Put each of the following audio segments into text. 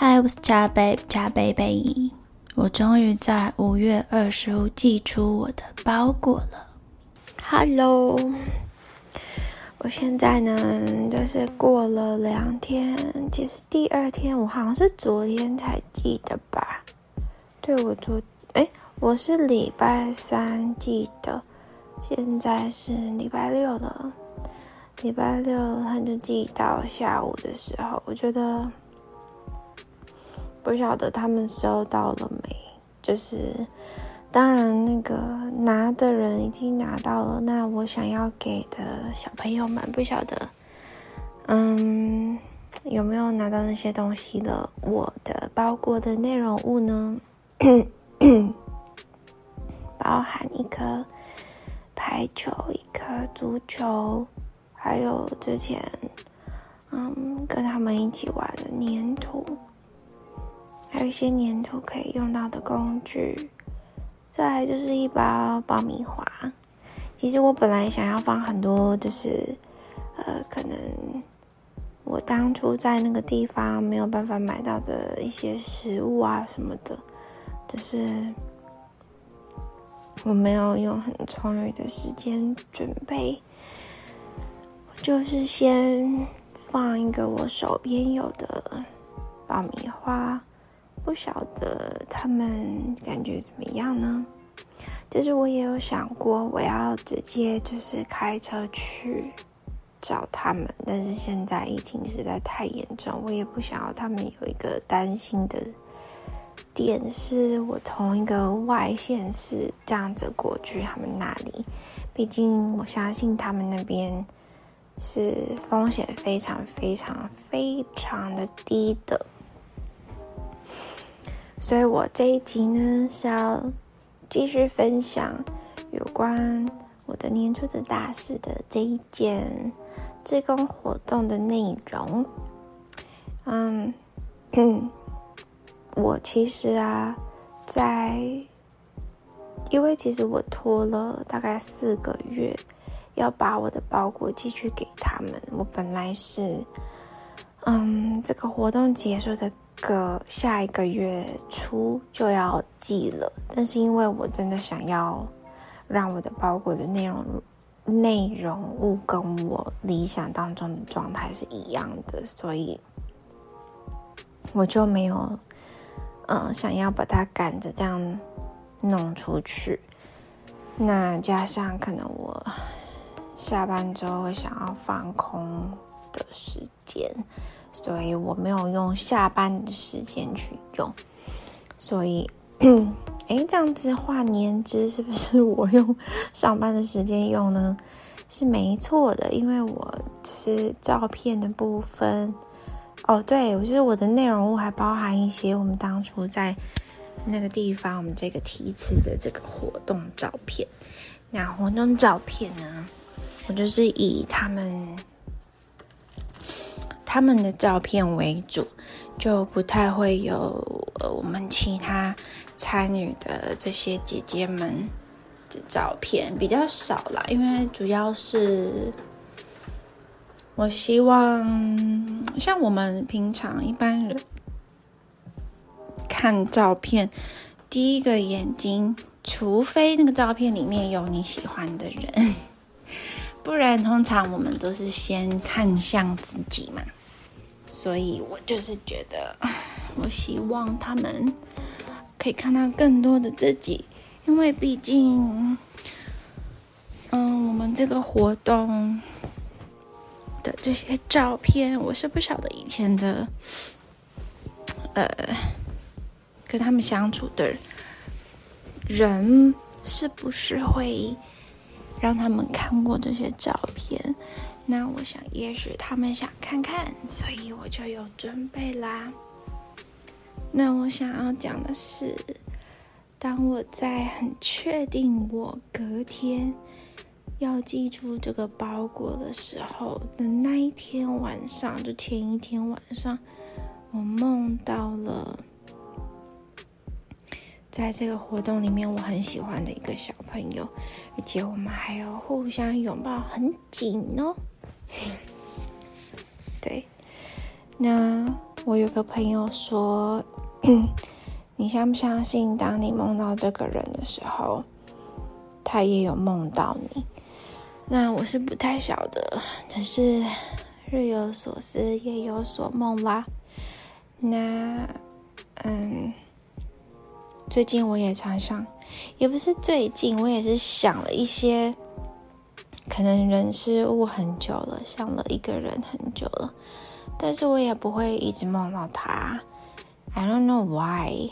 嗨，我是加贝贝，我终于在5月25寄出我的包裹了。Hello， 我现在呢就是过了2天，其实第2天我好像是昨天才寄的吧？对，我是礼拜3寄的，现在是礼拜6了。礼拜6他就寄到下午的时候，我觉得不晓得他们收到了没，就是当然那个拿的人已经拿到了，那我想要给的小朋友们不晓得有没有拿到那些东西了。我的包裹的内容物呢包含一颗排球，一颗足球，还有之前跟他们一起玩的粘土，还有一些粘土可以用到的工具，再来就是一包爆米花。其实我本来想要放很多，就是可能我当初在那个地方没有办法买到的一些食物啊什么的，就是我没有用很充裕的时间准备，我就是先放一个我手边有的爆米花，不晓得他们感觉怎么样呢？就是我也有想过我要直接就是开车去找他们，但是现在疫情实在太严重，我也不想要他们有一个担心的点是我从一个外县市这样子过去他们那里，毕竟我相信他们那边是风险非常非常非常的低的。所以我这一集呢是要继续分享有关我的年初的大事的这一件志工活动的内容。我其实因为其实我拖了大概4个月要把我的包裹寄去给他们。我本来是这个活动结束的下一个月初就要寄了，但是因为我真的想要让我的包裹的内容物跟我理想当中的状态是一样的，所以我就没有想要把它赶着这样弄出去。那加上可能我下班之后会想要放空的时间，所以我没有用下班的时间去用。所以这样子换言之，是不是我用上班的时间用呢？是没错的，因为我就是照片的部分对，就是我的内容物还包含一些我们当初在那个地方我们这个题词的这个活动照片。那活动照片呢，我就是以他们的照片为主，就不太会有我们其他参与的这些姐姐们的照片，比较少啦，因为主要是我希望像我们平常一般人看照片，第一个眼睛，除非那个照片里面有你喜欢的人，不然通常我们都是先看向自己嘛。所以我就是觉得我希望他们可以看到更多的自己，因为毕竟我们这个活动的这些照片，我是不晓得以前的跟他们相处的人是不是会让他们看过这些照片。那我想也许他们想看看，所以我就有准备啦。那我想要讲的是，当我在很确定我隔天要寄出这个包裹的时候的那一天晚上，就前一天晚上，我梦到了在这个活动里面我很喜欢的一个小朋友，而且我们还有互相拥抱很紧哦。对，那我有个朋友说，你相不相信当你梦到这个人的时候，他也有梦到你？那我是不太晓得，只是日有所思夜有所梦啦。那最近我也常常，也不是最近，我也是想了一些可能人事物很久了，想了一个人很久了，但是我也不会一直梦到他。I don't know why.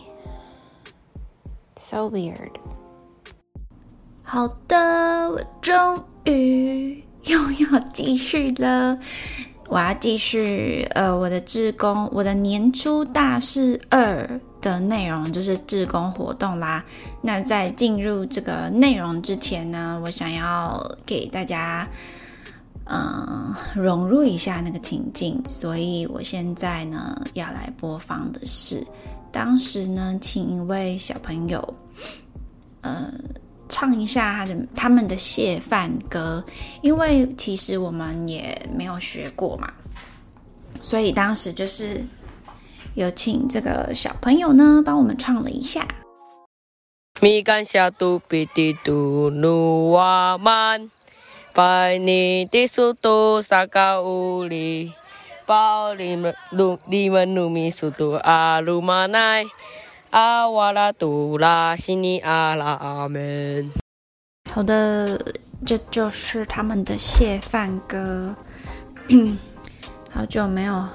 So weird. 好的，我终于又要继续了。我要继续我的志工，我的年初大事2的内容就是志工活动啦。那在进入这个内容之前呢，我想要给大家融入一下那个情境，所以我现在呢要来播放的是当时呢请一位小朋友唱一下他们的谢饭歌，因为其实我们也没有学过嘛，所以当时就是有请这个小朋友呢帮我们唱了一下。 Mi kan satu pititu nuwaman Paini tisutu sakauli Pauli limanumi sutu alumanai Awalatula sini alamen。 好的，这就是他们的谢饭歌。好久没有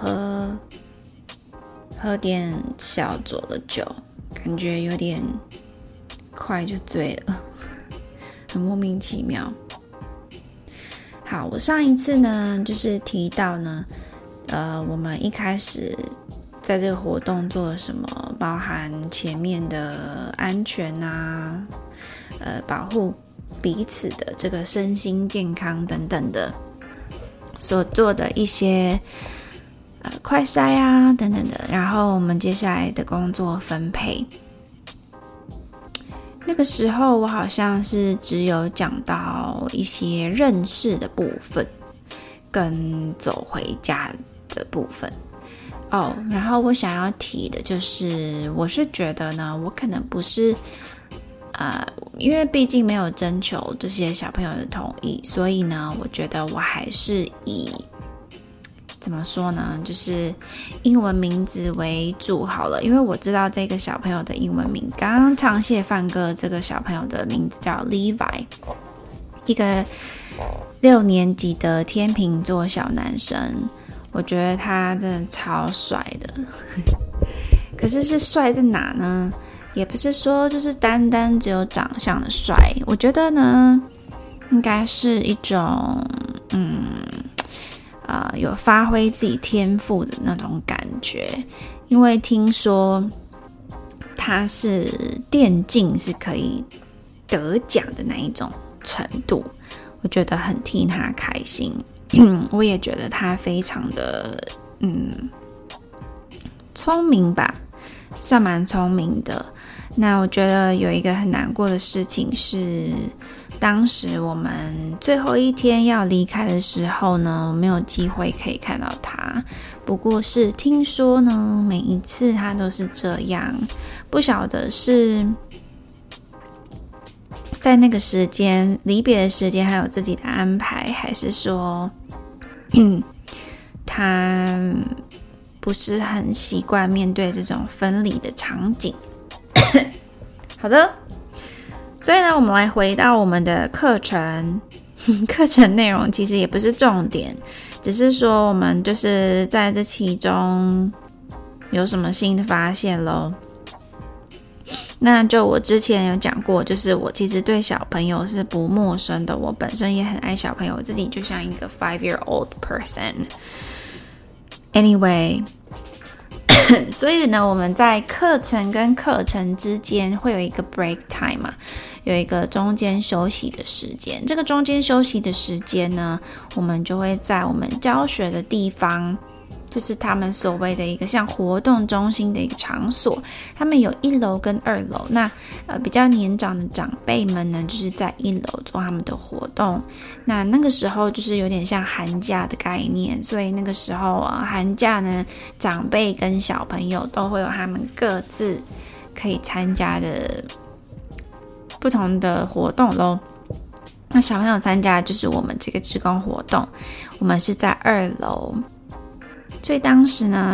喝点小酌的酒，感觉有点快就醉了，很莫名其妙。好，我上一次呢就是提到呢我们一开始在这个活动做了什么，包含前面的安全啊保护彼此的这个身心健康等等的所做的一些快筛啊等等的，然后我们接下来的工作分配。那个时候我好像是只有讲到一些认识的部分跟走回家的部分然后我想要提的就是我是觉得呢，我可能不是因为毕竟没有征求这些小朋友的同意，所以呢我觉得我还是以怎么说呢，就是英文名字为主好了，因为我知道这个小朋友的英文名，刚刚唱谢饭歌这个小朋友的名字叫 Levi， 一个6年级的天秤座小男生，我觉得他真的超帅的可是帅在哪呢？也不是说就是单单只有长相的帅，我觉得呢应该是一种有发挥自己天赋的那种感觉，因为听说他是电竞是可以得奖的那一种程度，我觉得很替他开心我也觉得他非常的聪明吧，算蛮聪明的。那我觉得有一个很难过的事情是，当时我们最后一天要离开的时候呢，我没有机会可以看到他。不过是听说呢，每一次他都是这样，不晓得是在那个时间离别的时间还有自己的安排，还是说他不是很习惯面对这种分离的场景好的，所以呢我们来回到我们的课程课程内容其实也不是重点，只是说我们就是在这其中有什么新的发现咯。那就我之前有讲过，就是我其实对小朋友是不陌生的，我本身也很爱小朋友，我自己就像一个 5-year-old person anyway 所以呢我们在课程跟课程之间会有一个 break time 嘛，有一个中间休息的时间。这个中间休息的时间呢，我们就会在我们教学的地方就是他们所谓的一个像活动中心的一个场所，他们有1楼跟2楼。那比较年长的长辈们呢，就是在1楼做他们的活动。那个时候就是有点像寒假的概念，所以那个时候寒假呢，长辈跟小朋友都会有他们各自可以参加的不同的活动咯。那小朋友参加就是我们这个志工活动，我们是在2楼。所以当时呢，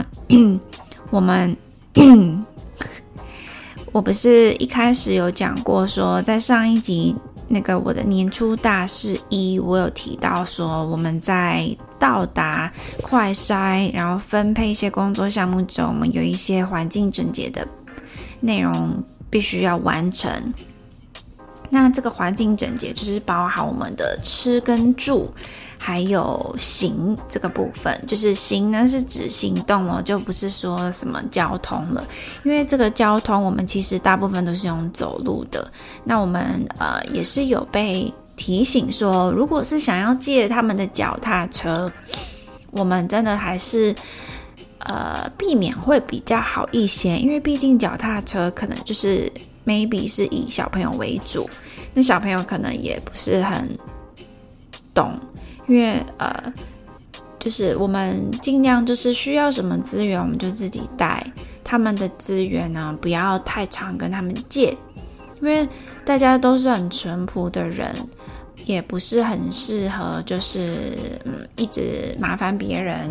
我不是一开始有讲过说，在上一集那个我的年初大事1，我有提到说，我们在到达快筛，然后分配一些工作项目之后，我们有一些环境整洁的内容必须要完成。那这个环境整洁就是包含我们的吃跟住，还有行这个部分。就是行呢是指行动了，就不是说什么交通了，因为这个交通我们其实大部分都是用走路的。那我们也是有被提醒说，如果是想要借他们的脚踏车，我们真的还是避免会比较好一些，因为毕竟脚踏车可能就是maybe 是以小朋友为主，那小朋友可能也不是很懂，因为就是我们尽量就是需要什么资源我们就自己带，他们的资源呢不要太常跟他们借，因为大家都是很淳朴的人，也不是很适合就是一直麻烦别人。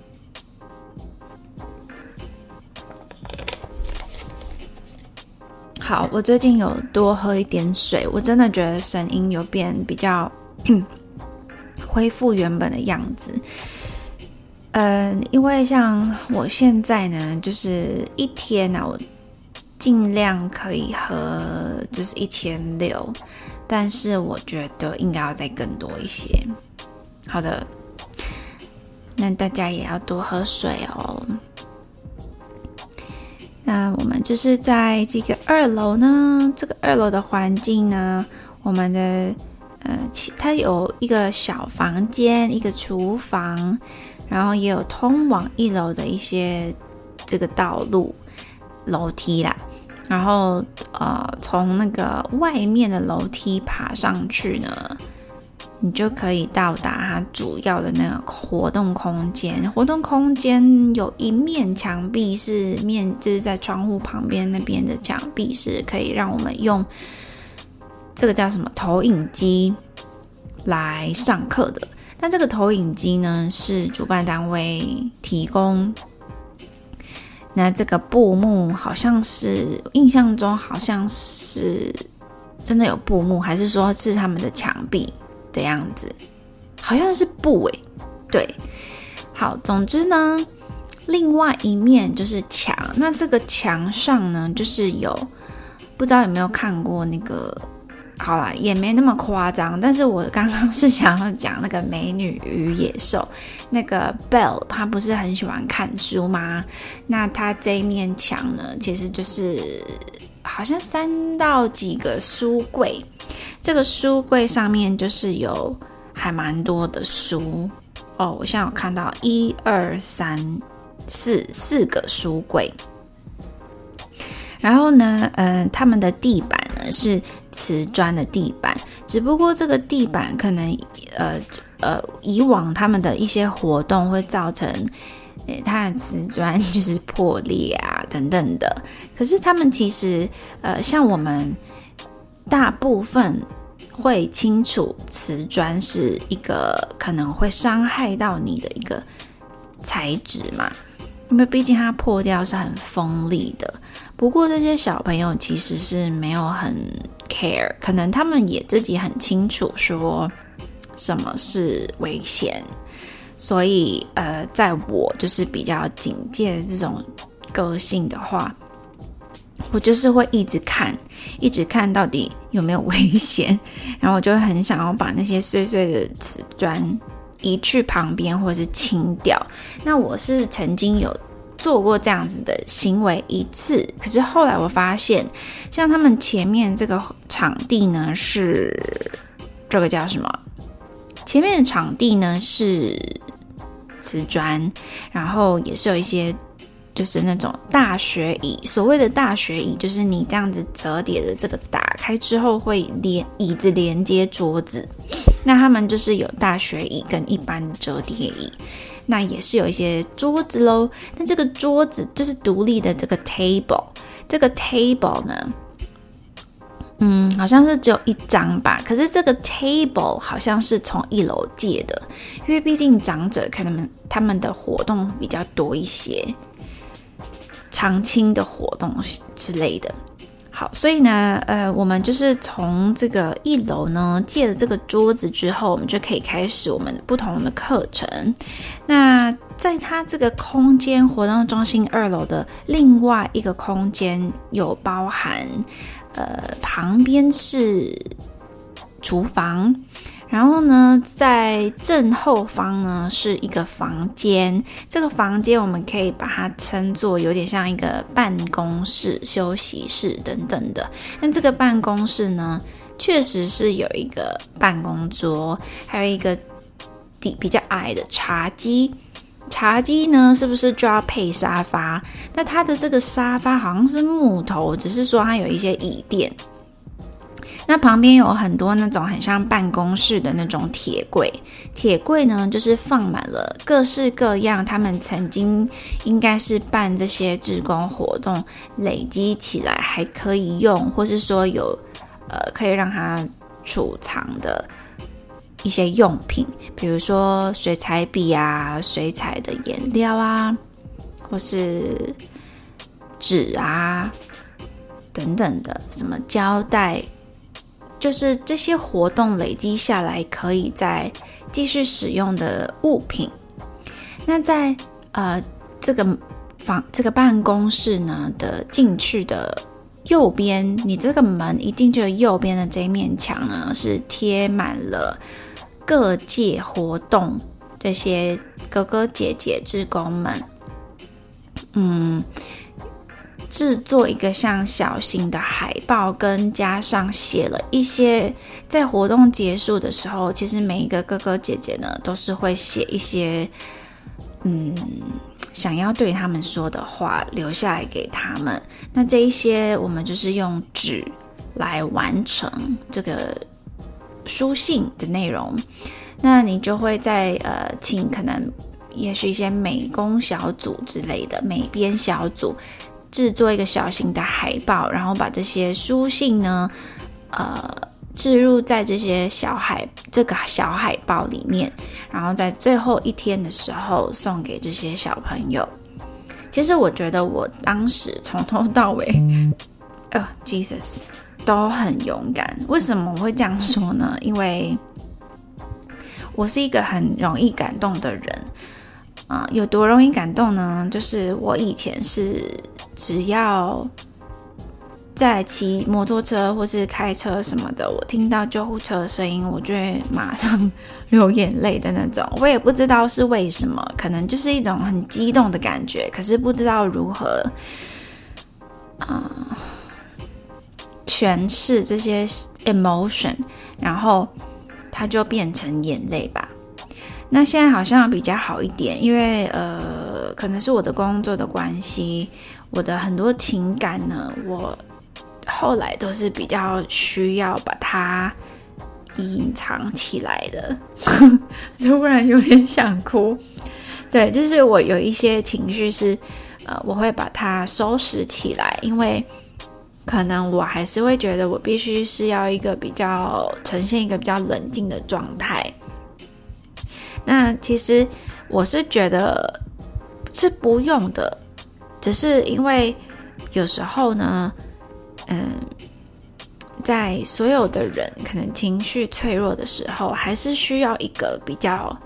好，我最近有多喝一点水，我真的觉得声音有变比较恢复原本的样子。因为像我现在呢，就是一天啊，我尽量可以喝就是1600，但是我觉得应该要再更多一些。好的，那大家也要多喝水哦。那我们就是在这个2楼呢，这个2楼的环境呢，我们的它有一个小房间，一个厨房，然后也有通往1楼的一些这个道路楼梯啦，然后从那个外面的楼梯爬上去呢，你就可以到达它主要的那个活动空间。活动空间有一面墙壁就是在窗户旁边那边的墙壁是可以让我们用这个叫什么投影机来上课的。那这个投影机呢是主办单位提供。那这个布幕好像是印象中好像是真的有布幕，还是说是他们的墙壁的样子，好像是布对，好，总之呢，另外一面就是墙。那这个墙上呢，就是有不知道有没有看过那个，好啦，也没那么夸张，但是我刚刚是想要讲那个《美女与野兽》，那个 Belle 她不是很喜欢看书吗？那她这一面墙呢，其实就是好像3到几个书柜，这个书柜上面就是有还蛮多的书哦。我现在有看到1、2、3、4个书柜。然后呢，他们的地板呢是瓷砖的地板，只不过这个地板可能以往他们的一些活动会造成它的瓷砖就是破裂啊等等的。可是他们其实像我们大部分会清楚瓷砖是一个可能会伤害到你的一个材质嘛，因为毕竟它破掉是很锋利的。不过这些小朋友其实是没有很 care， 可能他们也自己很清楚说什么是危险，所以在我就是比较警戒的这种个性的话，我就是会一直看到底有没有危险，然后我就很想要把那些碎碎的瓷砖移去旁边或是清掉。那我是曾经有做过这样子的行为1次，可是后来我发现，像他们前面这个场地呢是这个叫什么？前面的场地呢是瓷砖，然后也是有一些就是那种大学椅。所谓的大学椅，就是你这样子折叠的这个打开之后会椅子连接桌子。那他们就是有大学椅跟一般的折叠椅，那也是有一些桌子咯。那这个桌子就是独立的这个 table， 这个 table 呢，好像是只有一张吧，可是这个 table 好像是从1楼借的，因为毕竟长者可能他们的活动比较多一些，常青的活动之类的。好，所以呢，我们就是从这个1楼呢借了这个桌子之后，我们就可以开始我们不同的课程。那在它这个空间活动中心2楼的另外一个空间，有包含旁边是厨房，然后呢，在正后方呢是一个房间，这个房间我们可以把它称作有点像一个办公室、休息室等等的。那这个办公室呢，确实是有一个办公桌，还有一个比较矮的茶几。茶几呢，是不是就要配沙发？那它的这个沙发好像是木头，只是说它有一些椅垫。那旁边有很多那种很像办公室的那种铁柜，铁柜呢就是放满了各式各样他们曾经应该是办这些志工活动累积起来还可以用，或是说有可以让它储藏的一些用品，比如说水彩笔啊、水彩的颜料啊，或是纸啊等等的，什么胶带，就是这些活动累积下来可以再继续使用的物品。那在这个办公室呢的进去的右边，你这个门一进去的右边的这一面墙呢，是贴满了各界活动这些哥哥姐姐志工们制作一个像小型的海报，跟加上写了一些在活动结束的时候，其实每一个哥哥姐姐呢都是会写一些想要对他们说的话留下来给他们。那这一些我们就是用纸来完成这个书信的内容。那你就会在请可能也许一些美工小组之类的美编小组制作一个小型的海报，然后把这些书信呢置入在这个小海报里面，然后在最后一天的时候送给这些小朋友。其实我觉得我当时从头到尾Jesus 都很勇敢。为什么我会这样说呢？因为我是一个很容易感动的人有多容易感动呢？就是我以前是只要在骑摩托车或是开车什么的，我听到救护车的声音，我就会马上流眼泪的那种。我也不知道是为什么，可能就是一种很激动的感觉，可是不知道如何诠释这些 emotion， 然后它就变成眼泪吧。那现在好像比较好一点，因为可能是我的工作的关系，我的很多情感呢，我后来都是比较需要把它隐藏起来的。突然有点想哭。对，就是我有一些情绪是我会把它收拾起来，因为可能我还是会觉得我必须是要一个比较呈现一个比较冷静的状态。那其实我是觉得是不用的，只是因为有时候呢在所有的人可能情绪脆弱的时候，还是需要一个比较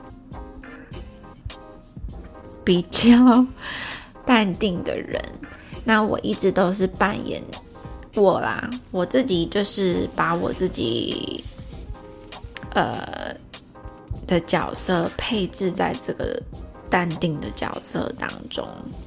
淡定的人。那我一直都是扮演我自己，就是把我自己的角色配置在这个淡定的角色当中。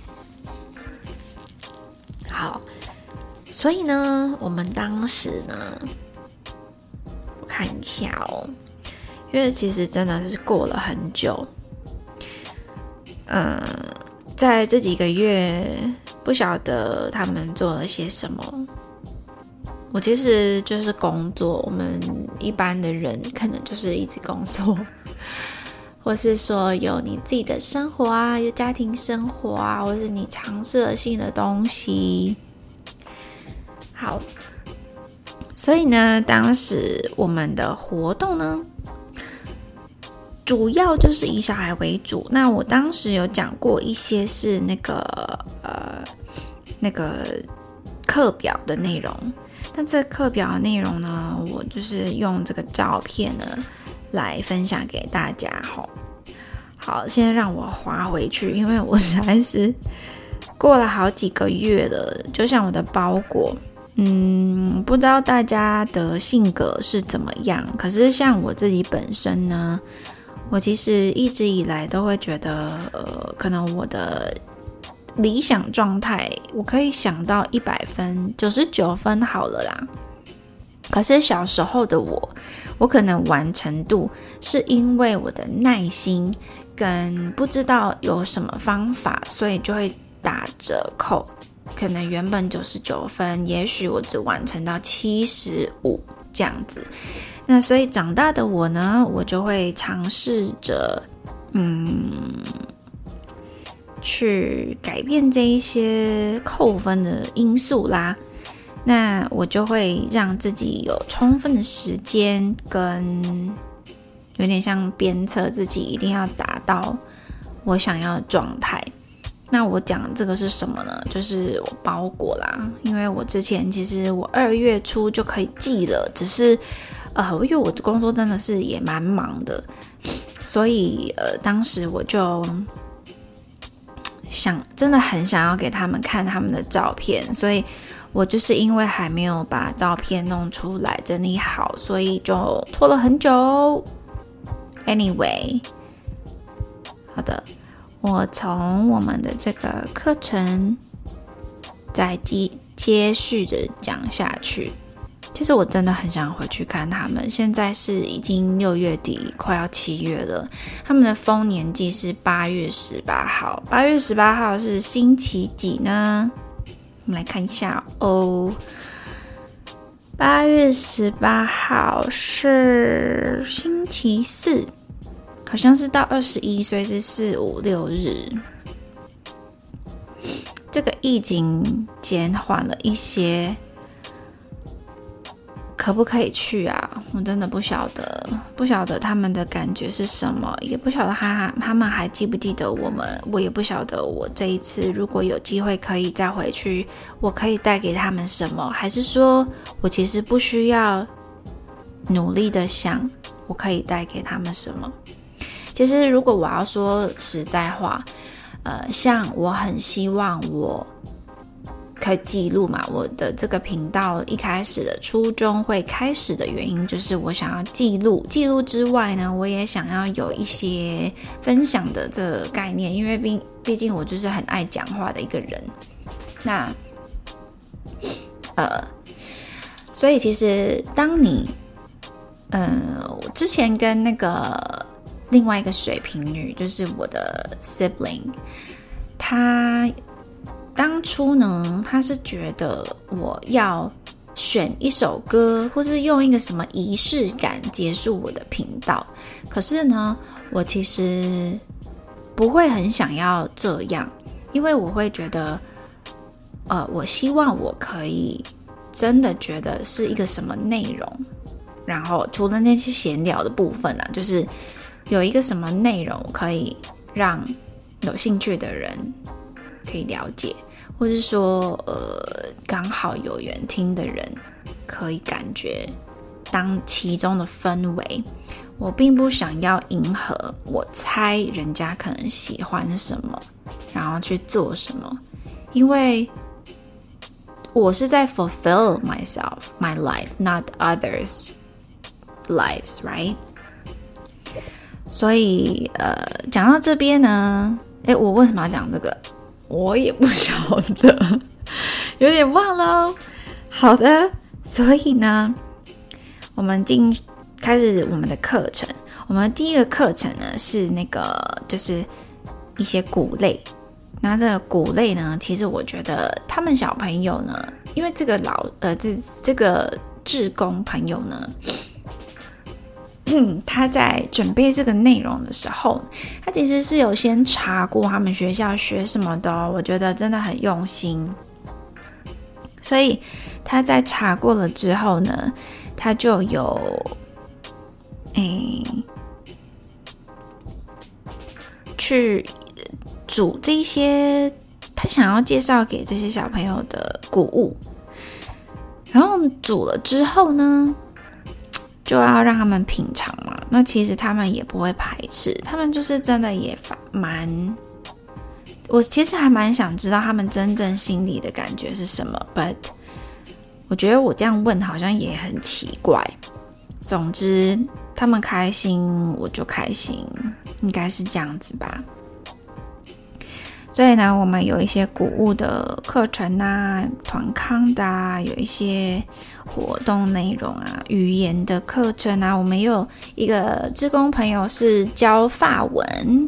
好，所以呢，我们当时呢，我看一下因为其实真的是过了很久。 在这几个月不晓得他们做了些什么。我其实就是工作，我们一般的人可能就是一直工作，或是说有你自己的生活啊，有家庭生活啊，或是你尝试了新的东西。好，所以呢，当时我们的活动呢，主要就是以小孩为主。那我当时有讲过一些是那个课表的内容。那这课表的内容呢，我就是用这个照片呢来分享给大家。好，现在让我滑回去，因为我实在是过了好几个月了。就像我的包裹，不知道大家的性格是怎么样，可是像我自己本身呢，我其实一直以来都会觉得，可能我的理想状态，我可以想到100分、99分好了啦。可是小时候的我可能完成度是因为我的耐心跟不知道有什么方法，所以就会打折扣。可能原本99分，也许我只完成到75这样子。那所以长大的我呢，我就会尝试着，去改变这一些扣分的因素啦。那我就会让自己有充分的时间，跟有点像鞭策自己一定要达到我想要的状态。那我讲这个是什么呢？就是我包裹啦，因为我之前其实我2月初就可以寄了，只是因为我的工作真的是也蛮忙的，所以当时我就真的很想要给他们看他们的照片，所以我就是因为还没有把照片弄出来整理好，所以就拖了很久。Anyway， 好的，我从我们的这个课程再接续着讲下去。其实我真的很想回去看他们，现在是已经6月底，快要7月了。他们的丰年祭是8月18号，8月18号是星期几呢？我们来看一下哦。8月18号是星期四，好像是到21，所以是4、5、6日。这个疫情减缓了一些，可不可以去啊？我真的不晓得他们的感觉是什么，也不晓得他们还记不记得我们，我也不晓得我这一次如果有机会可以再回去，我可以带给他们什么，还是说我其实不需要努力的想我可以带给他们什么。其实如果我要说实在话，像我很希望我可以记录嘛，我的这个频道一开始的初衷会开始的原因就是我想要记录之外呢，我也想要有一些分享的这个概念，因为毕竟我就是很爱讲话的一个人。那所以其实当你我之前跟那个另外一个水瓶女，就是我的 sibling， 她当初呢，他是觉得我要选一首歌，或是用一个什么仪式感结束我的频道。可是呢，我其实不会很想要这样，因为我会觉得，我希望我可以真的觉得是一个什么内容，然后除了那些闲聊的部分啊，就是有一个什么内容可以让有兴趣的人可以了解，或是说刚好有缘听的人可以感觉当其中的氛围。我并不想要迎合我猜人家可能喜欢什么，然后去做什么，因为我是在 fulfill myself, my life, not others' lives, right? 所以讲到这边呢，我为什么要讲这个？我也不晓得，有点忘了哦。好的，所以呢，我们开始我们的课程。我们第一个课程呢是那个就是一些谷类。那这个谷类呢，其实我觉得他们小朋友呢，因为这个这个志工朋友呢，他在准备这个内容的时候，他其实是有先查过他们学校学什么的哦，我觉得真的很用心。所以他在查过了之后呢，他就有去煮这些他想要介绍给这些小朋友的谷物，然后煮了之后呢，就要让他们品尝嘛。那其实他们也不会排斥，他们就是真的也我其实还蛮想知道他们真正心里的感觉是什么 ，but 我觉得我这样问好像也很奇怪。总之，他们开心我就开心，应该是这样子吧。所以呢，我们有一些谷物的课程啊，团康的啊，有一些活动内容啊，语言的课程啊。我们也有一个志工朋友是教法文，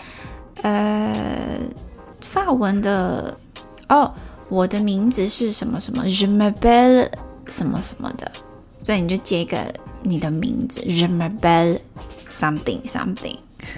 法文的我的名字是什么什么 Je m'appelle 什么什么的，所以你就接一个你的名字 Je m'appelle something something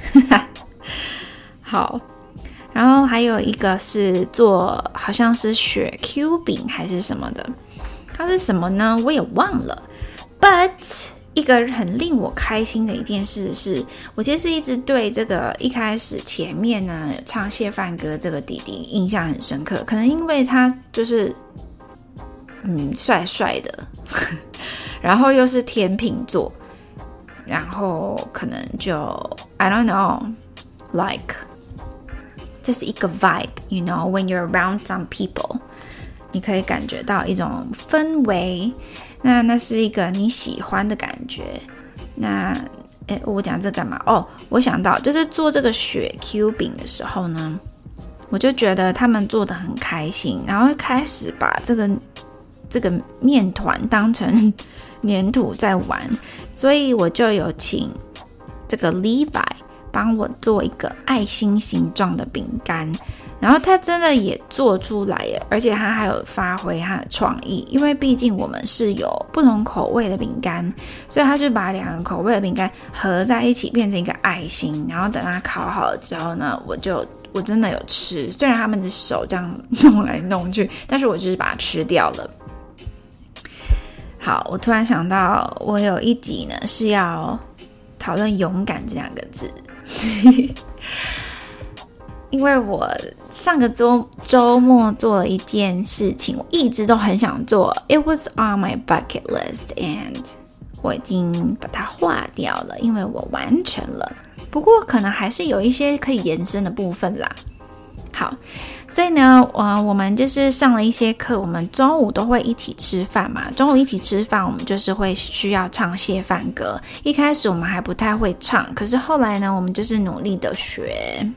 好。然后还有一个是做好像是雪 Q 饼还是什么的，它是什么呢？我也忘了。But 一个很令我开心的一件事是，我其实一直对这个一开始前面呢唱谢饭歌这个弟弟印象很深刻，可能因为他就是帅帅的，然后又是天秤座，然后可能就 I don't know like。这是一个 vibe, you know, when you're around some people, 你可以感觉到一种氛围，那是一个你喜欢的感觉。那我讲这干嘛？我想到就是做这个雪 Q 饼的时候呢，我就觉得他们做得很开心，然后开始把这个面团当成粘土在玩，所以我就有请这个 Levi帮我做一个爱心形状的饼干，然后他真的也做出来耶，而且他还有发挥他的创意，因为毕竟我们是有不同口味的饼干，所以他就把2个口味的饼干合在一起变成一个爱心，然后等它烤好了之后呢，我真的有吃，虽然他们的手这样弄来弄去，但是我就是把它吃掉了。好，我突然想到我有一集呢是要讨论勇敢这2个字因为我上个周末做了一件事情，我一直都很想做， It was on my bucket list and 我已经把它划掉了，因为我完成了，不过可能还是有一些可以延伸的部分啦。好，所以呢我们就是上了一些课，我们中午都会一起吃饭嘛，中午一起吃饭我们就是会需要唱谢饭歌，一开始我们还不太会唱，可是后来呢我们就是努力的学。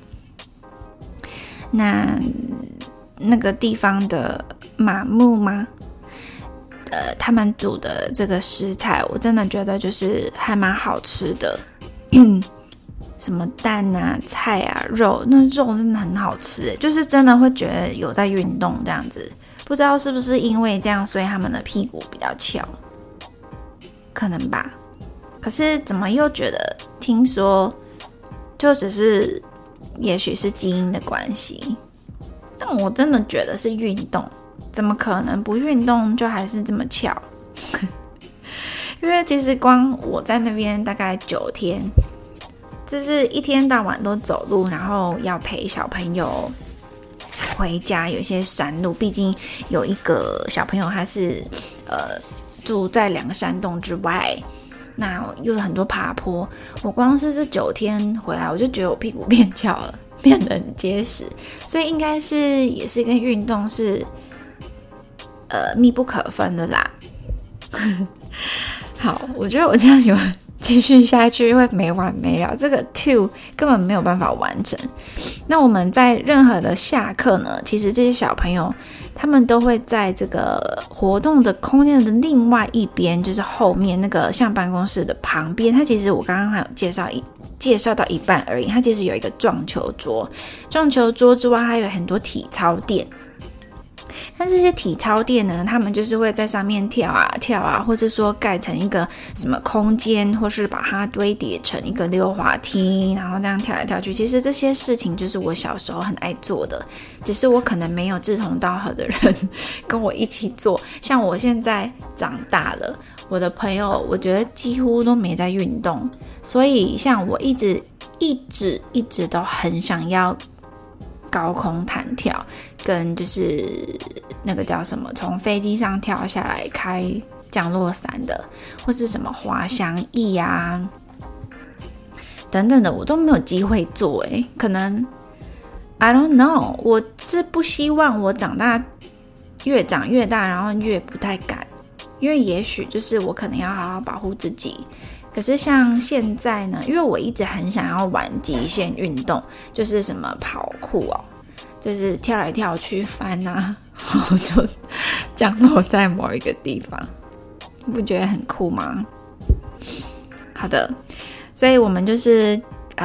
那个地方的马木吗？他们煮的这个食材我真的觉得就是还蛮好吃的什么蛋啊、菜啊、肉，那肉真的很好吃，就是真的会觉得有在运动这样子。不知道是不是因为这样，所以他们的屁股比较翘，可能吧。可是怎么又觉得听说就只是也许是基因的关系，但我真的觉得是运动，怎么可能不运动就还是这么翘因为其实光我在那边大概9天，就是一天到晚都走路，然后要陪小朋友回家，有一些山路，毕竟有一个小朋友他是住在2个山洞之外，那又有很多爬坡，我光是这9天回来，我就觉得我屁股变翘了，变得很结实，所以应该是也是跟运动是密不可分的啦好，我觉得我这样有继续下去会没完没了，这个 2 根本没有办法完成。那我们在任何的下课呢，其实这些小朋友他们都会在这个活动的空间的另外一边，就是后面那个像办公室的旁边，它其实我刚刚还有介绍到一半而已，它其实有一个撞球桌，撞球桌之外还有很多体操垫。但这些体操垫呢，他们就是会在上面跳啊，或是说盖成一个什么空间，或是把它堆叠成一个溜滑梯，然后这样跳来跳去。其实这些事情就是我小时候很爱做的，只是我可能没有志同道合的人跟我一起做。像我现在长大了，我的朋友我觉得几乎都没在运动，所以像我一直都很想要高空弹跳，跟就是那个叫什么，从飞机上跳下来开降落伞的，或是什么滑翔翼啊等等的，我都没有机会做。可能 I don't know， 我是不希望我越长越大，然后越不太敢，因为也许就是我可能要好好保护自己。可是像现在呢，因为我一直很想要玩极限运动，就是什么跑酷哦，就是跳来跳去翻啊，然后就降落在某一个地方，你不觉得很酷吗？好的，所以我们就是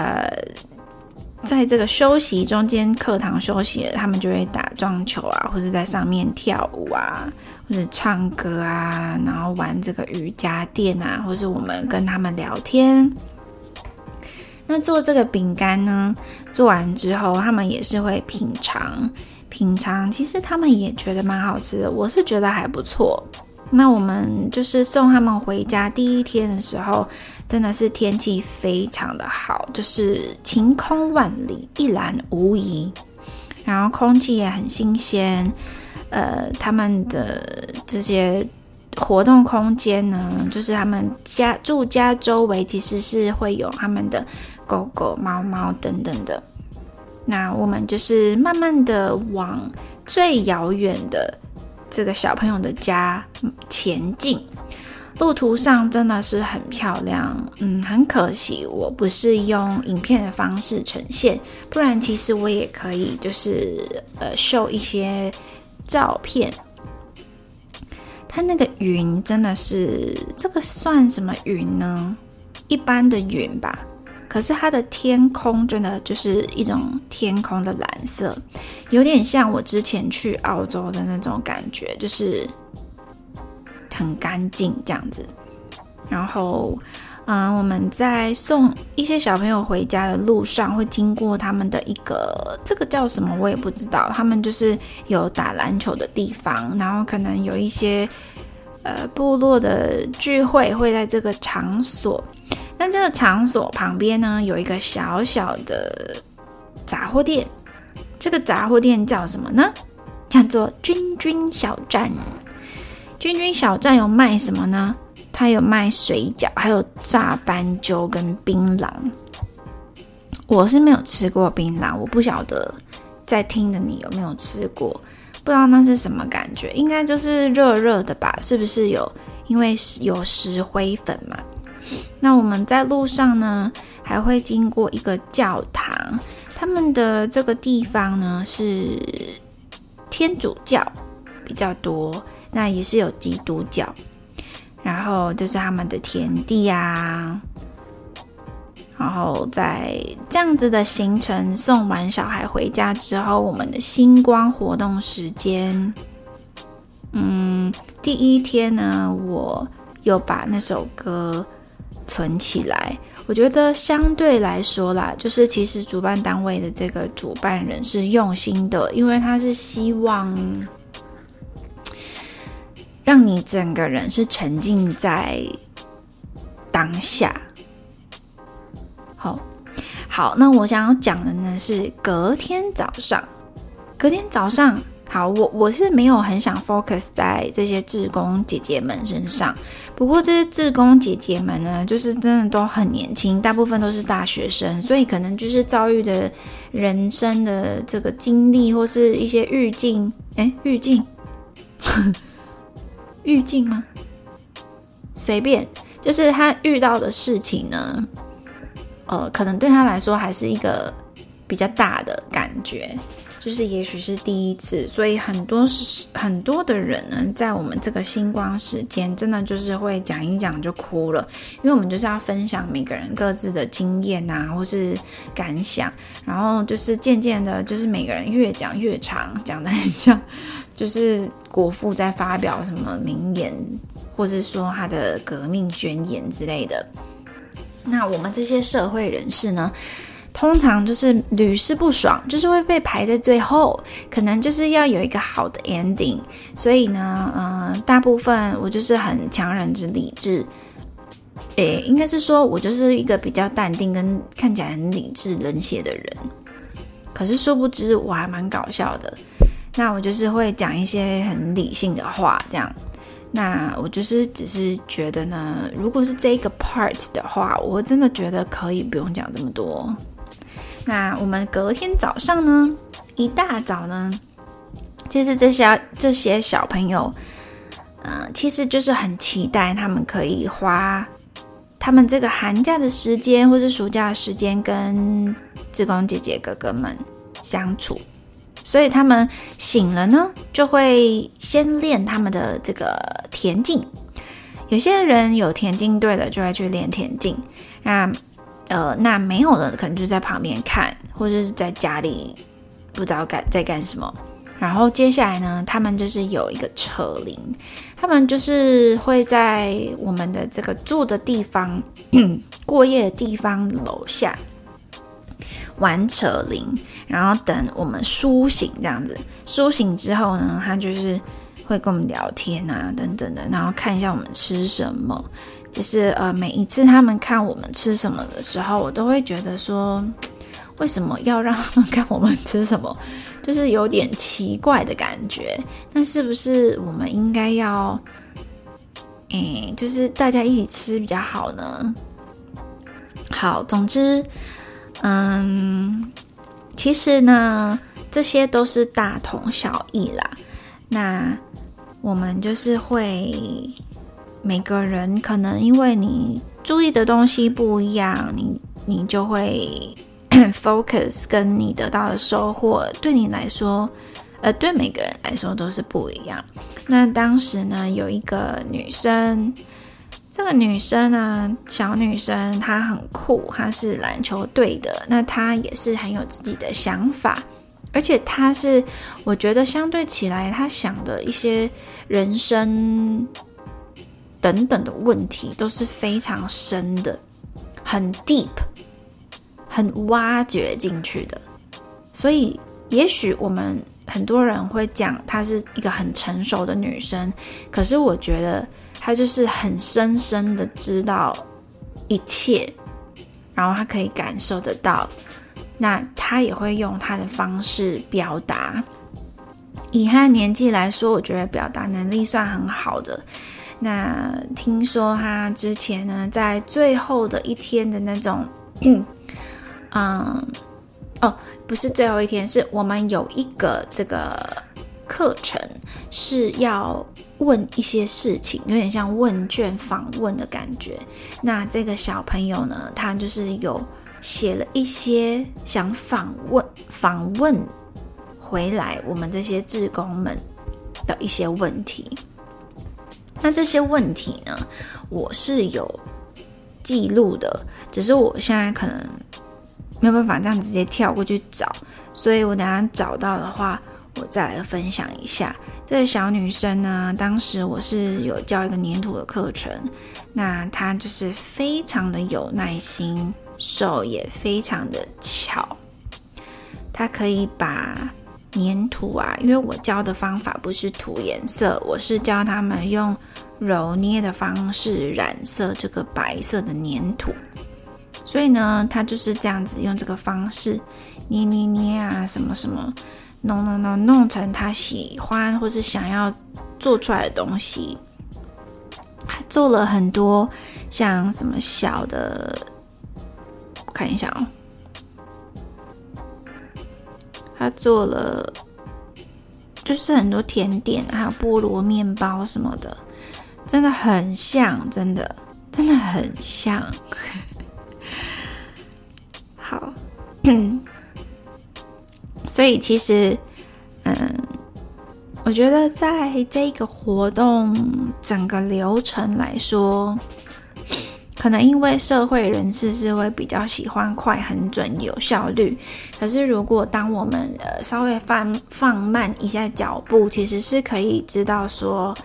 在这个休息中间，课堂休息了，他们就会打撞球啊，或者在上面跳舞啊，或者唱歌啊，然后玩这个瑜伽垫啊，或是我们跟他们聊天。那做这个饼干呢，做完之后他们也是会品尝，其实他们也觉得蛮好吃的，我是觉得还不错。那我们就是送他们回家第一天的时候，真的是天气非常的好，就是晴空万里，一览无遗，然后空气也很新鲜。他们的这些活动空间呢，就是他们住家周围其实是会有他们的狗狗、猫猫等等的。那我们就是慢慢的往最遥远的这个小朋友的家前进，路途上真的是很漂亮，很可惜我不是用影片的方式呈现，不然其实我也可以就是show一些照片。它那个云真的是，这个算什么云呢？一般的云吧，可是它的天空真的就是一种天空的蓝色，有点像我之前去澳洲的那种感觉，就是很干净这样子。然后我们在送一些小朋友回家的路上会经过他们的一个，这个叫什么我也不知道，他们就是有打篮球的地方，然后可能有一些部落的聚会会在这个场所。但这个场所旁边呢，有一个小小的杂货店，这个杂货店叫什么呢？叫做君君小站。君君小站有卖什么呢？它有卖水饺，还有炸斑鸠跟槟榔。我是没有吃过槟榔，我不晓得在听的你有没有吃过，不知道那是什么感觉，应该就是热热的吧？是不是因为有石灰粉嘛？那我们在路上呢，还会经过一个教堂，他们的这个地方呢是天主教比较多，那也是有基督教，然后就是他们的田地啊，然后在这样子的行程送完小孩回家之后，我们的星光活动时间，第一天呢，我有把那首歌存起来，我觉得相对来说啦，就是其实主办单位的这个主办人是用心的，因为他是希望让你整个人是沉浸在当下。好，那我想要讲的呢是隔天早上，好，我是没有很想 focus 在这些志工姐姐们身上，不过这些志工姐姐们呢，就是真的都很年轻，大部分都是大学生，所以可能就是遭遇的人生的这个经历，或是一些预境吗？随便， 就是他遇到的事情呢，可能对他来说还是一个比较大的感觉，就是也许是第一次，所以很多的人呢，在我们这个星光时间，真的就是会讲一讲就哭了，因为我们就是要分享每个人各自的经验啊，或是感想，然后就是渐渐的，就是每个人越讲越长，讲得很像就是国父在发表什么名言，或是说他的革命宣言之类的。那我们这些社会人士呢，通常就是屡试不爽，就是会被排在最后，可能就是要有一个好的 ending。所以呢，大部分我就是很强人之理智，应该是说我就是一个比较淡定跟看起来很理智冷血的人，可是殊不知我还蛮搞笑的。那我就是会讲一些很理性的话，这样。那我就是只是觉得呢，如果是这个 part 的话，我真的觉得可以不用讲这么多。那我们隔天早上呢，一大早呢，其实这些小朋友，其实就是很期待他们可以花他们这个寒假的时间或是暑假的时间跟志工姐姐哥哥们相处。所以他们醒了呢，就会先练他们的这个田径。有些人有田径队的就会去练田径，那没有的可能就在旁边看，或者是在家里不知道在干什么。然后接下来呢，他们就是有一个扯铃，他们就是会在我们的这个住的地方过夜的地方楼下玩扯铃，然后等我们苏醒这样子。苏醒之后呢，他就是会跟我们聊天啊等等的，然后看一下我们吃什么。就是每一次他们看我们吃什么的时候，我都会觉得说，为什么要让他们看我们吃什么？就是有点奇怪的感觉。那是不是我们应该要，就是大家一起吃比较好呢？好，总之。其实呢，这些都是大同小异啦。那我们就是会每个人可能因为你注意的东西不一样，你就会focus 跟你得到的收获，对你来说，对每个人来说都是不一样。那当时呢，有一个女生。这个女生呢，小女生，她很酷，她是篮球队的，那她也是很有自己的想法，而且她是，我觉得相对起来，她想的一些人生等等的问题都是非常深的，很 deep， 很挖掘进去的。所以，也许我们很多人会讲她是一个很成熟的女生，可是我觉得。他就是很深深的知道一切，然后他可以感受得到，那他也会用他的方式表达。以他的年纪来说，我觉得表达能力算很好的。那听说他之前呢，在最后的一天的那种，不是最后一天，是我们有一个这个课程是要问一些事情，有点像问卷访问的感觉。那这个小朋友呢，他就是有写了一些想访问回来我们这些志工们的一些问题。那这些问题呢，我是有记录的，只是我现在可能没有办法这样直接跳过去找，所以我等一下找到的话我再来分享一下。这个小女生呢，当时我是有教一个黏土的课程，那她就是非常的有耐心，手也非常的巧，她可以把黏土啊，因为我教的方法不是涂颜色，我是教他们用揉捏的方式染色这个白色的黏土，所以呢，她就是这样子用这个方式捏啊，什么什么弄成他喜欢或是想要做出来的东西。他做了很多像什么小的，我看一下哦，他做了就是很多甜点，还有菠萝面包什么的，真的很像，真的真的很像。好，所以其实我觉得在这个活动整个流程来说，可能因为社会人士是会比较喜欢快、很准、有效率。可是如果当我们稍微放慢一下脚步，其实是可以知道说，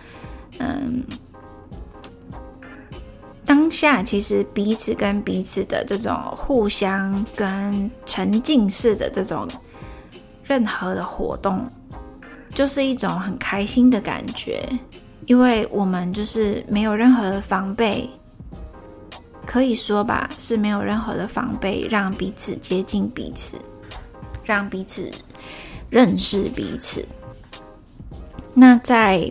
当下其实彼此跟彼此的这种互相跟沉浸式的这种任何的活动，就是一种很开心的感觉，因为我们就是没有任何的防备。可以说吧，是没有任何的防备，让彼此接近彼此，让彼此认识彼此。那在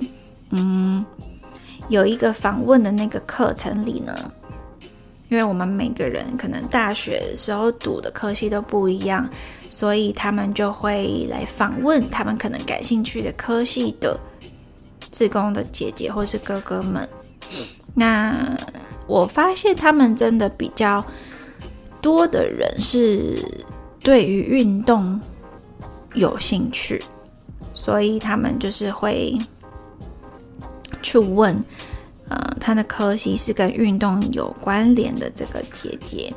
有一个访问的那个课程里呢，因为我们每个人可能大学的时候读的科系都不一样，所以他们就会来访问他们可能感兴趣的科系的志工的姐姐或是哥哥们。那我发现他们真的比较多的人是对于运动有兴趣，所以他们就是会去问他的科系是跟运动有关联的这个姐姐。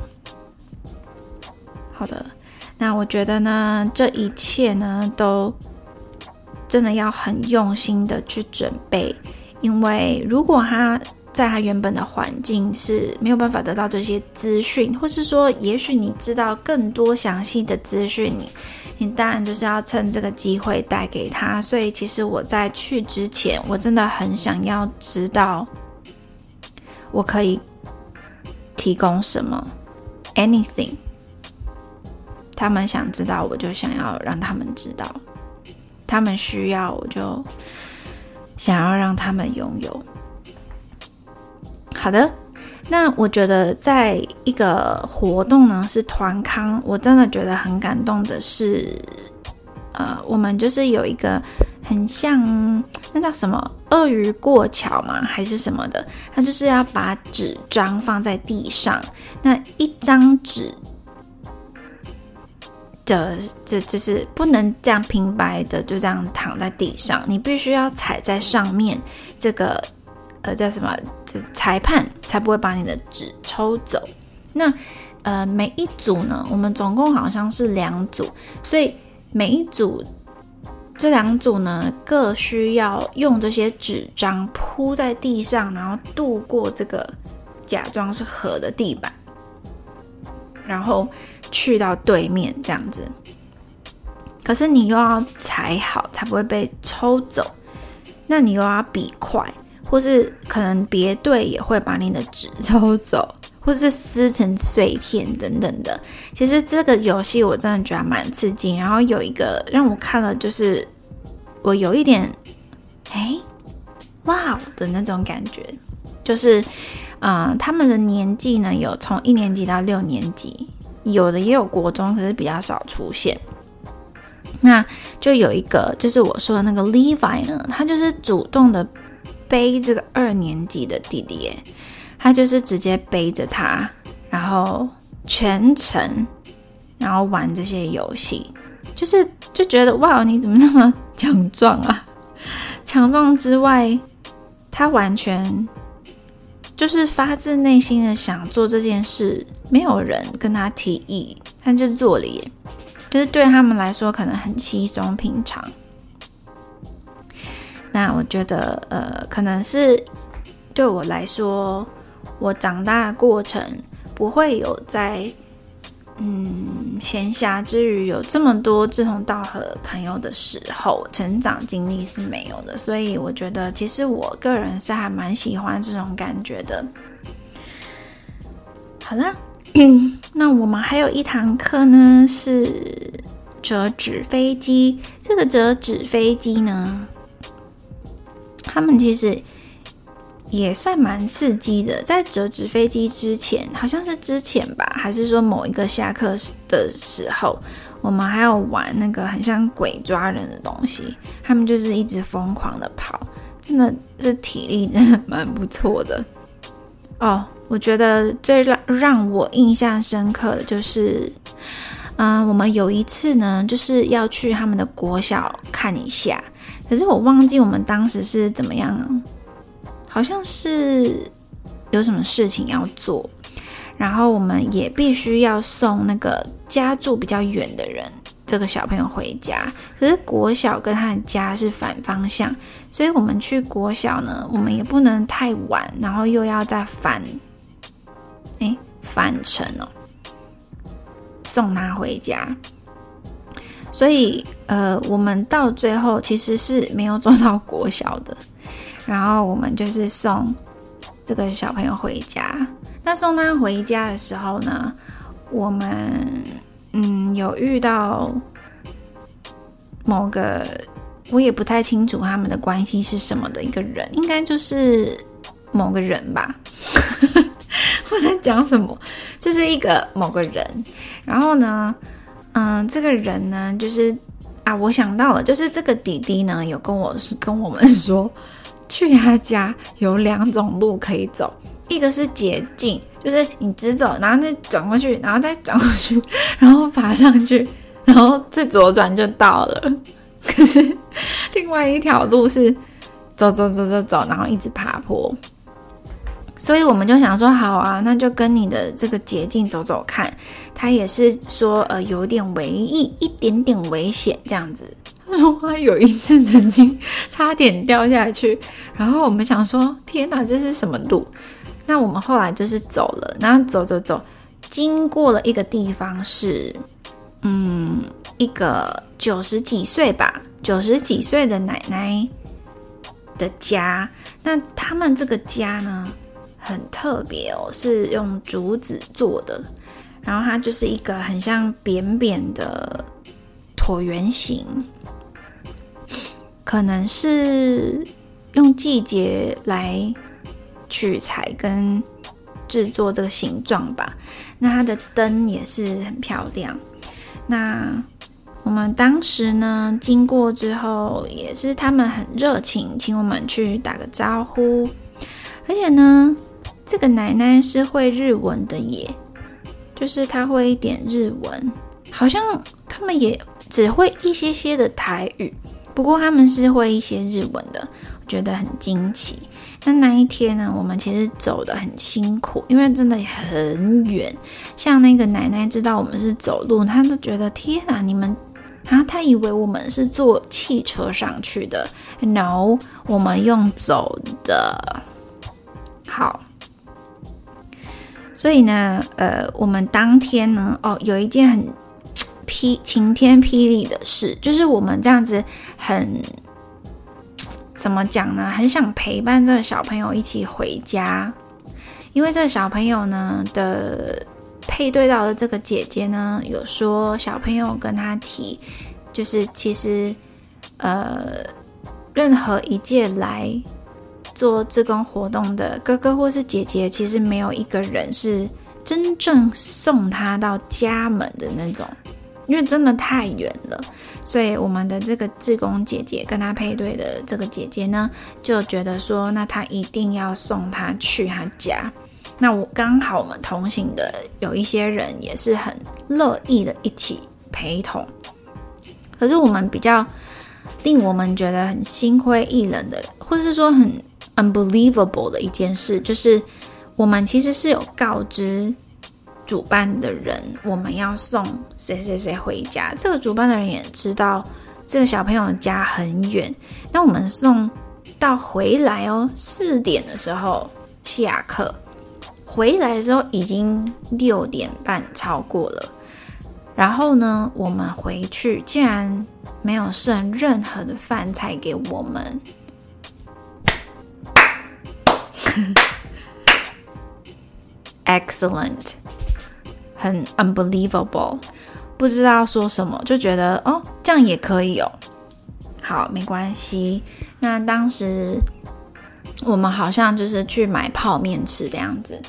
好的，那我觉得呢，这一切呢都真的要很用心的去准备，因为如果他在他原本的环境是没有办法得到这些资讯，或是说也许你知道更多详细的资讯，你当然就是要趁这个机会带给他。所以其实我在去之前，我真的很想要知道我可以提供什么 anything， 他们想知道我就想要让他们知道，他们需要我就想要让他们拥有。好的，那我觉得在一个活动呢是团康，我真的觉得很感动的是，我们就是有一个很像那叫什么鳄鱼过桥吗？还是什么的？它就是要把纸张放在地上，那一张纸的这就是不能这样平白的就这样躺在地上，你必须要踩在上面，这个叫什么？裁判才不会把你的纸抽走。那每一组呢，我们总共好像是2组，所以每一组这2组呢，各需要用这些纸张铺在地上，然后渡过这个假装是河的地板，然后去到对面这样子。可是你又要踩好，才不会被抽走。那你又要比快。或是可能别队也会把你的纸抽走，或是撕成碎片等等的。其实这个游戏我真的觉得蛮刺激，然后有一个让我看了就是我有一点哇的那种感觉，就是他们的年纪呢有从1年级到6年级，有的也有国中，可是比较少出现。那就有一个就是我说的那个 Levi 呢，他就是主动的背这个2年级的弟弟耶，他就是直接背着他，然后全程然后玩这些游戏，就觉得哇，你怎么那么强壮啊？强壮之外，他完全就是发自内心的想做这件事，没有人跟他提议，他就做了耶。就是对他们来说可能很稀松平常。那我觉得可能是对我来说，我长大的过程不会有在闲暇之余有这么多志同道合的朋友的时候，成长经历是没有的，所以我觉得其实我个人是还蛮喜欢这种感觉的。好啦，那我们还有一堂课呢，是折纸飞机。这个折纸飞机呢，他们其实也算蛮刺激的。在折纸飞机之前，好像是之前吧，还是说某一个下课的时候，我们还有玩那个很像鬼抓人的东西，他们就是一直疯狂的跑，真的是体力真的蛮不错的。 我觉得最让我印象深刻的就是，我们有一次呢，就是要去他们的国小看一下，可是我忘记我们当时是怎么样，好像是有什么事情要做，然后我们也必须要送那个家住比较远的人这个小朋友回家，可是国小跟他的家是反方向，所以我们去国小呢，我们也不能太晚，然后又要再返程送他回家，所以我们到最后其实是没有走到国小的，然后我们就是送这个小朋友回家。那送他回家的时候呢，我们有遇到某个我也不太清楚他们的关系是什么的一个人，应该就是某个人吧。我在讲什么？就是一个某个人，然后呢，这个人呢，就是我想到了，就是这个弟弟呢，有跟我们说，去他家有2种路可以走，一个是捷径，就是你直走，然后再转过去，然后再转过去，然后爬上去，然后再左转就到了。可是另外一条路是走，然后一直爬坡。所以我们就想说，好啊，那就跟你的这个捷径走走看。他也是说，有点一点点危险这样子。他说他有一次曾经差点掉下去，然后我们想说，天哪，这是什么路？那我们后来就是走了，然后走，经过了一个地方是，一个90几岁的奶奶的家。那他们这个家呢，很特别是用竹子做的，然后它就是一个很像扁扁的椭圆形，可能是用季节来取材跟制作这个形状吧。那它的灯也是很漂亮。那我们当时呢经过之后，也是他们很热情，请我们去打个招呼，而且呢这个奶奶是会日文的耶，就是她会一点日文，好像他们也只会一些的台语，不过他们是会一些日文的，我觉得很惊奇。那一天呢，我们其实走得很辛苦，因为真的很远。像那个奶奶知道我们是走路，她都觉得天哪，你们她以为我们是坐汽车上去的。No， 我们用走的。好。所以呢，我们当天呢，有一件很晴天霹雳的事，就是我们这样子很怎么讲呢？很想陪伴这个小朋友一起回家，因为这个小朋友呢的配对到的这个姐姐呢，有说小朋友跟他提，就是其实任何一届来做志工活动的哥哥或是姐姐，其实没有一个人是真正送他到家门的那种，因为真的太远了。所以我们的这个志工姐姐跟他配对的这个姐姐呢，就觉得说，那他一定要送他去他家。那我刚好我们同行的有一些人也是很乐意的一起陪同，可是我们比较令我们觉得很心灰意冷的，或者是说很 unbelievable 的一件事，就是我们其实是有告知主办的人我们要送谁谁谁回家，这个主办的人也知道这个小朋友的家很远，那我们送到回来4点的时候下课，回来的时候已经6点半超过了，然后呢我们回去竟然没有剩任何的饭菜给我们excellent， 很 unbelievable， 不知道说什么，就觉得这样也可以好，没关系。那当时我们好像就是去买泡面吃的样子，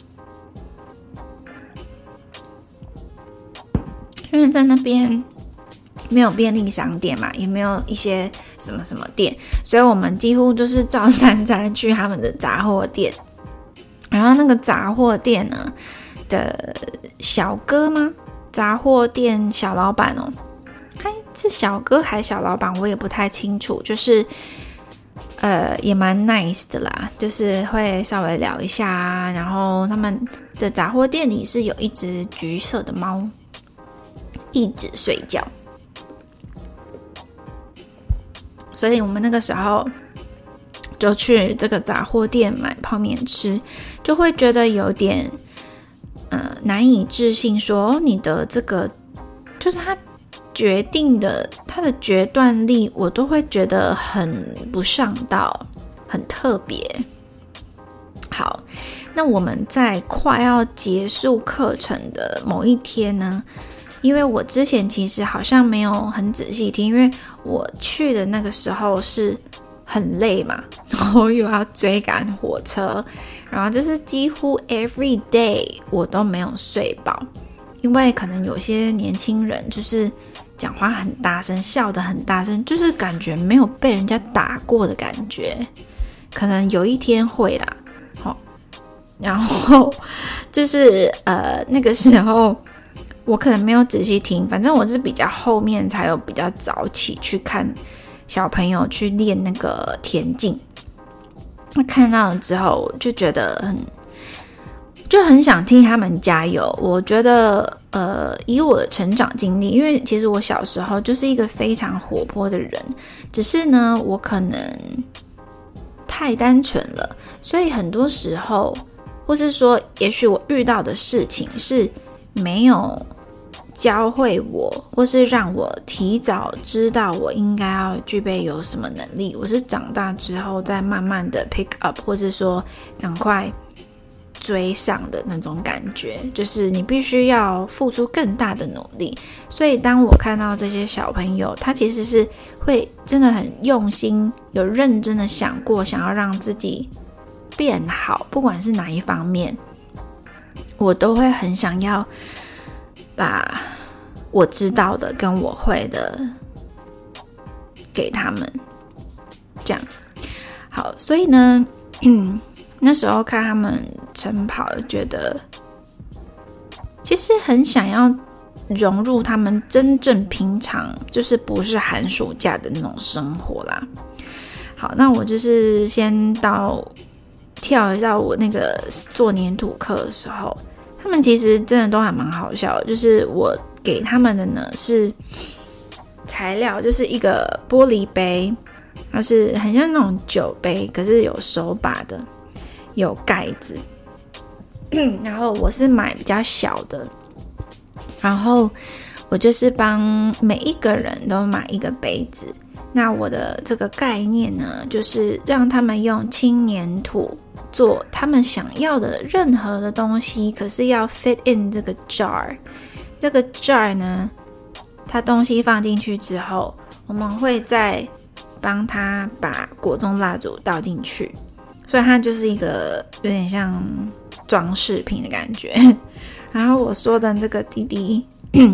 因为在那边没有便利商店嘛，也没有一些什么什么店，所以我们几乎就是照三餐去他们的杂货店。 然后那个杂货店呢的小哥吗？杂货店小老板哦，他是小哥还是小老板，我也不太清楚。就是也蛮 nice 的啦，就是会稍微聊一下啊。然后他们的杂货店里是有一只橘色的猫，一直睡觉。所以我们那个时候就去这个杂货店买泡面吃，就会觉得有点难以置信说，你的这个就是他决定的，他的决断力我都会觉得很不上道，很特别。好，那我们在快要结束课程的某一天呢，因为我之前其实好像没有很仔细听，因为我去的那个时候是很累嘛，然后又要追赶火车，然后就是几乎 every day 我都没有睡饱，因为可能有些年轻人就是讲话很大声，笑得很大声，就是感觉没有被人家打过的感觉，可能有一天会啦。好，然后就是那个时候我可能没有仔细听，反正我是比较后面才有比较早起去看小朋友去练那个田径。那看到了之后就觉得很想替他们加油。我觉得以我的成长经历，因为其实我小时候就是一个非常活泼的人，只是呢我可能太单纯了，所以很多时候或是说也许我遇到的事情是没有教会我，或是让我提早知道我应该要具备有什么能力，我是长大之后再慢慢的 pick up， 或是说赶快追上的那种感觉，就是你必须要付出更大的努力。所以当我看到这些小朋友，他其实是会真的很用心，有认真的想过想要让自己变好，不管是哪一方面，我都会很想要把我知道的跟我会的给他们，这样好。所以呢那时候看他们晨跑，觉得其实很想要融入他们真正平常就是不是寒暑假的那种生活啦。好，那我就是先跳一下我那个做粘土课的时候，他们其实真的都还蛮好笑的。就是我给他们的呢是材料，就是一个玻璃杯，它是很像那种酒杯，可是有手把的，有盖子然后我是买比较小的，然后我就是帮每一个人都买一个杯子。那我的这个概念呢，就是让他们用轻粘土做他们想要的任何的东西，可是要 fit in 这个 jar。 这个 jar 呢，它东西放进去之后，我们会再帮他把果冻蜡烛倒进去，所以它就是一个有点像装饰品的感觉。然后我说的这个弟弟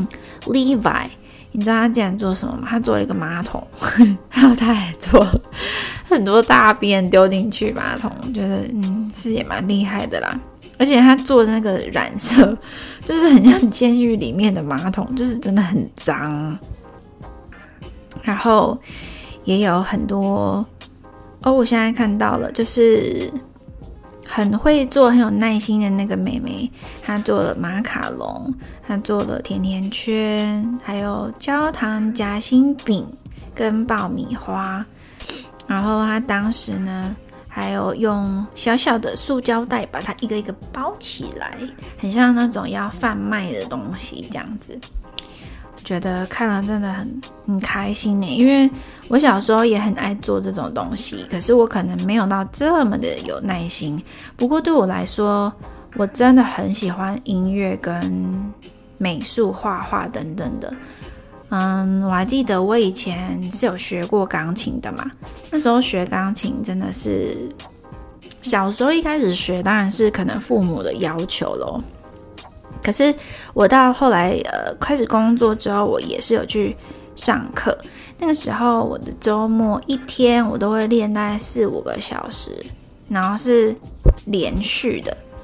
Levi， 你知道他竟然做什么吗？他做了一个马桶然后他还做很多大便丢进去马桶，我觉得是也蛮厉害的啦。而且他做的那个染色就是很像监狱里面的马桶，就是真的很脏。然后也有很多我现在看到了，就是很会做很有耐心的那个妹妹，她做了马卡龙，她做了甜甜圈，还有焦糖夹心饼跟爆米花。然后她当时呢还有用小小的塑胶袋把它一个一个包起来，很像那种要贩卖的东西这样子。觉得看了真的很开心耶，因为我小时候也很爱做这种东西，可是我可能没有到这么的有耐心。不过对我来说，我真的很喜欢音乐跟美术、画画等等的。我还记得我以前是有学过钢琴的嘛，那时候学钢琴真的是小时候一开始学，当然是可能父母的要求咯。可是我到后来开始工作之后，我也是有去上课。那个时候我的周末一天我都会练大概4-5个小时，然后是连续的，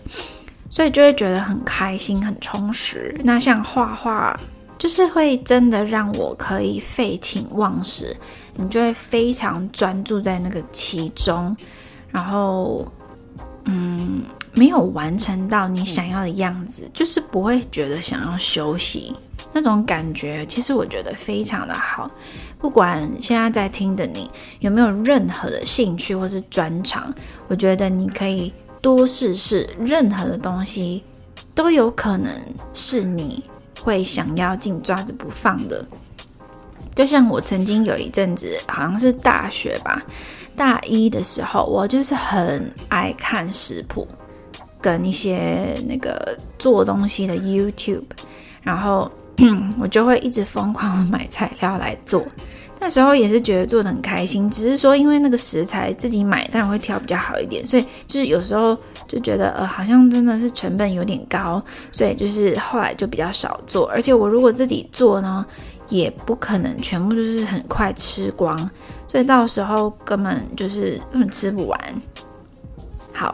所以就会觉得很开心很充实。那像画画就是会真的让我可以废寝忘食，你就会非常专注在那个其中，然后没有完成到你想要的样子，就是不会觉得想要休息，那种感觉其实我觉得非常的好。不管现在在听的你有没有任何的兴趣或是专长，我觉得你可以多试试，任何的东西都有可能是你会想要紧抓着不放的。就像我曾经有一阵子好像是大学吧，大一的时候，我就是很爱看食谱跟一些那个做东西的 YouTube， 然后我就会一直疯狂的买材料来做。那时候也是觉得做得很开心，只是说因为那个食材自己买当然会挑比较好一点，所以就是有时候就觉得好像真的是成本有点高，所以就是后来就比较少做。而且我如果自己做呢，也不可能全部就是很快吃光，所以到时候根本吃不完。好，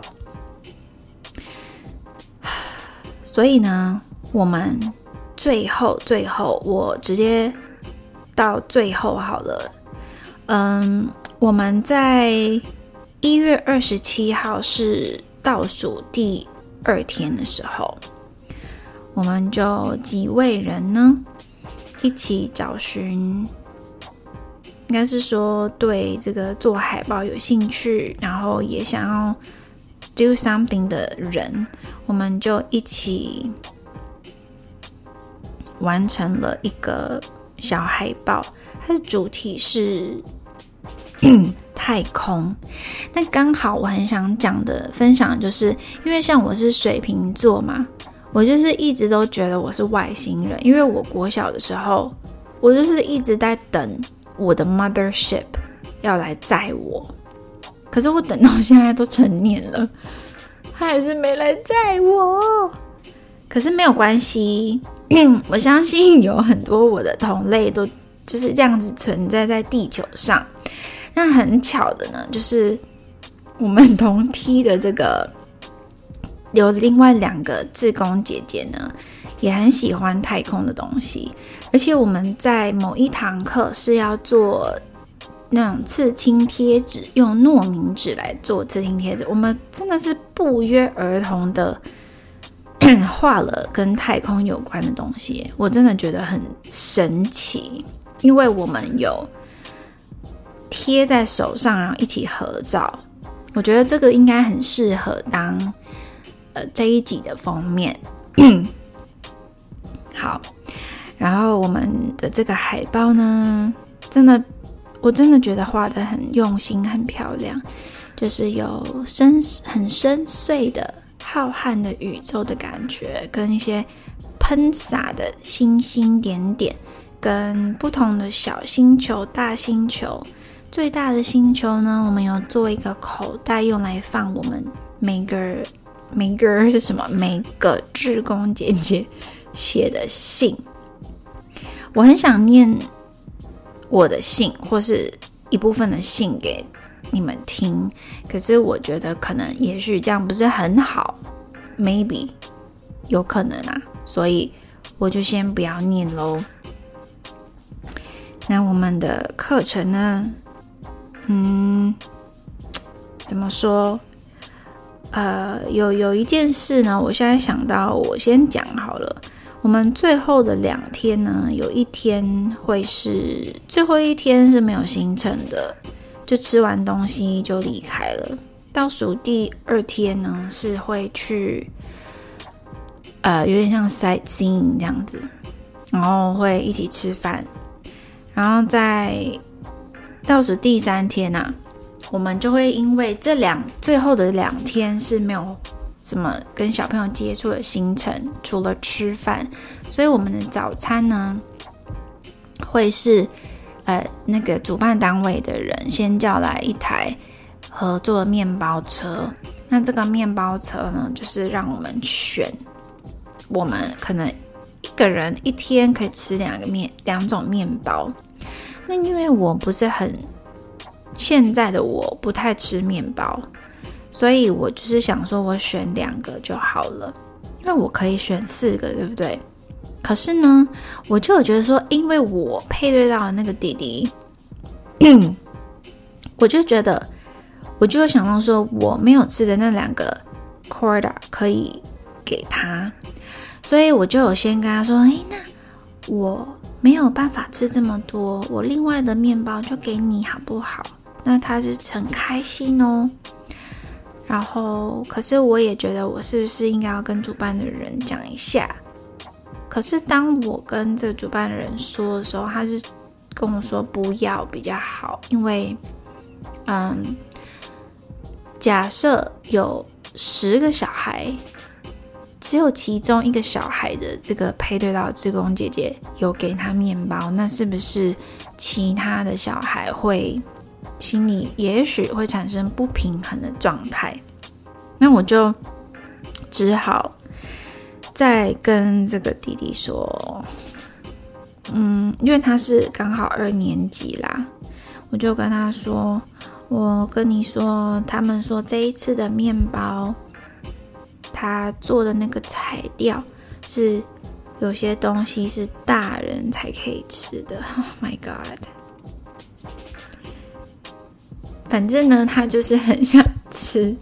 所以呢，我们最后我直接到最后好了。我们在1月27号是倒数第2天的时候，我们就几位人呢一起找寻，应该是说对这个做海报有兴趣，然后也想要 do something 的人，我们就一起完成了一个小海报，它的主题是太空。那刚好我很想分享就是因为像我是水瓶座嘛，我就是一直都觉得我是外星人，因为我国小的时候我就是一直在等我的 mothership 要来载我，可是我等到现在都成年了，他还是没来载我。可是没有关系，我相信有很多我的同类都就是这样子存在在地球上。那很巧的呢，就是我们同梯的这个有另外2个志工姐姐呢，也很喜欢太空的东西，而且我们在某一堂课是要做那种刺青贴纸，用糯米纸来做刺青贴纸，我们真的是不约而同的画了跟太空有关的东西，我真的觉得很神奇，因为我们有贴在手上，然后一起合照。我觉得这个应该很适合当这一集的封面。好，然后我们的这个海报呢，我真的觉得画得很用心，很漂亮，就是有很深邃的浩瀚的宇宙的感觉，跟一些喷洒的星星点点，跟不同的小星球、大星球。最大的星球呢，我们有做一个口袋，用来放我们每个是什么？每个志工姐姐写的信。我很想念我的信，或是一部分的信给你们听，可是我觉得可能也许这样不是很好 ，maybe 有可能啊，所以我就先不要念咯。那我们的课程呢？怎么说？有一件事呢，我现在想到，我先讲好了。我们最后的2天呢，有一天会是最后一天是没有行程的，就吃完东西就离开了。倒数第2天呢，是会去有点像 sightseeing 这样子，然后会一起吃饭，然后在倒数第3天啊，我们就会因为最后的2天是没有什么跟小朋友接触的行程，除了吃饭，所以我们的早餐呢，会是那个主办单位的人先叫来一台合作的面包车。那这个面包车呢，就是让我们选，我们可能一个人一天可以吃2种面包。那因为我不是现在的我不太吃面包，所以我就是想说我选2个就好了。 因为我可以选4个，对不对？可是呢，我就有觉得说，因为我配对到的那个弟弟，我就觉得，我就想到说，我没有吃的那2个 Corda 可以给他，所以我就有先跟他说，那我没有办法吃这么多，我另外的面包就给你好不好？那他就很开心哦。然后，可是我也觉得我是不是应该要跟主办的人讲一下？可是当我跟这个主办的人说的时候，他是跟我说不要比较好，因为，假设有10个小孩，只有其中1个小孩的这个配对到的志工姐姐有给他面包，那是不是其他的小孩会心里也许会产生不平衡的状态？那我就只好再跟这个弟弟说，因为他是刚好2年级啦，我就跟他说，我跟你说，他们说这一次的面包，他做的那个材料是有些东西是大人才可以吃的。Oh my god！ 反正呢，他就是很想吃。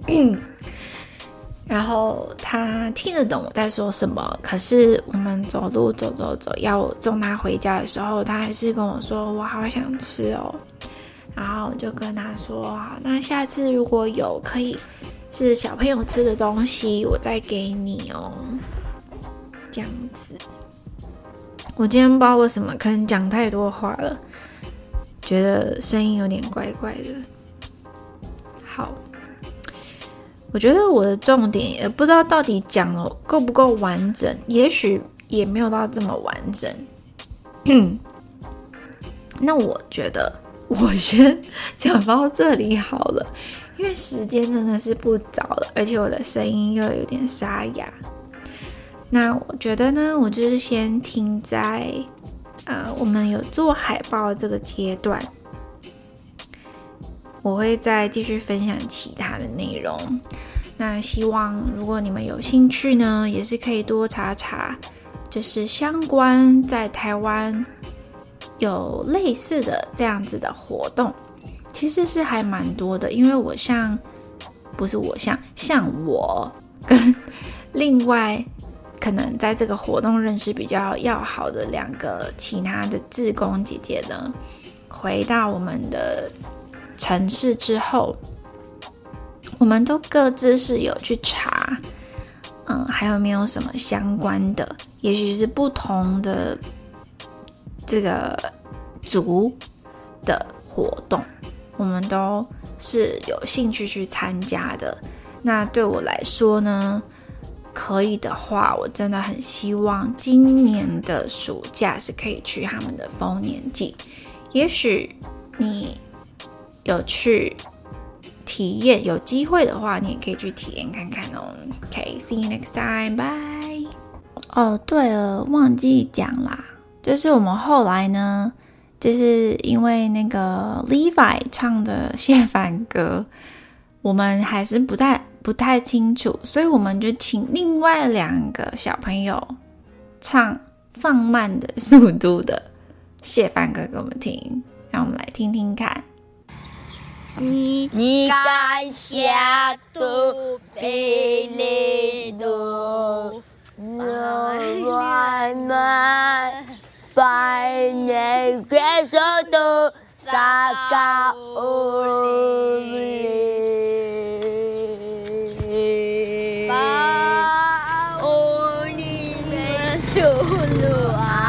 然后他听得懂我在说什么，可是我们走路走，要我送他回家的时候，他还是跟我说我好想吃哦。然后我就跟他说，好，那下次如果有可以是小朋友吃的东西，我再给你哦。这样子，我今天不知道为什么，可能讲太多话了，觉得声音有点怪怪的。好。我觉得我的重点也不知道到底讲了够不够完整，也许也没有到这么完整。那我觉得我先讲到这里好了，因为时间真的是不早了，而且我的声音又有点沙哑。那我觉得呢，我就是先停在我们有做海报的这个阶段，我会再继续分享其他的内容。那希望如果你们有兴趣呢，也是可以多查查，就是相关在台湾有类似的这样子的活动，其实是还蛮多的。因为我像我跟另外可能在这个活动认识比较要好的2个其他的志工姐姐呢，回到我们的城市之后，我们都各自是有去查，还有没有什么相关的，也许是不同的这个族的活动，我们都是有兴趣去参加的。那对我来说呢，可以的话，我真的很希望今年的暑假是可以去他们的丰年祭。也许你有去体验，有机会的话，你也可以去体验看看哦。Okay, see you next time, bye. 哦，对了，忘记讲啦，就是我们后来呢，就是因为那个 Levi 唱的谢凡歌，我们还是不太清楚，所以我们就请另外2个小朋友唱放慢的速度的谢凡歌给我们听，让我们来听听看。 你敢下肚皮里头，暖暖百年归首都萨嘎乌里，把乌里面修路啊。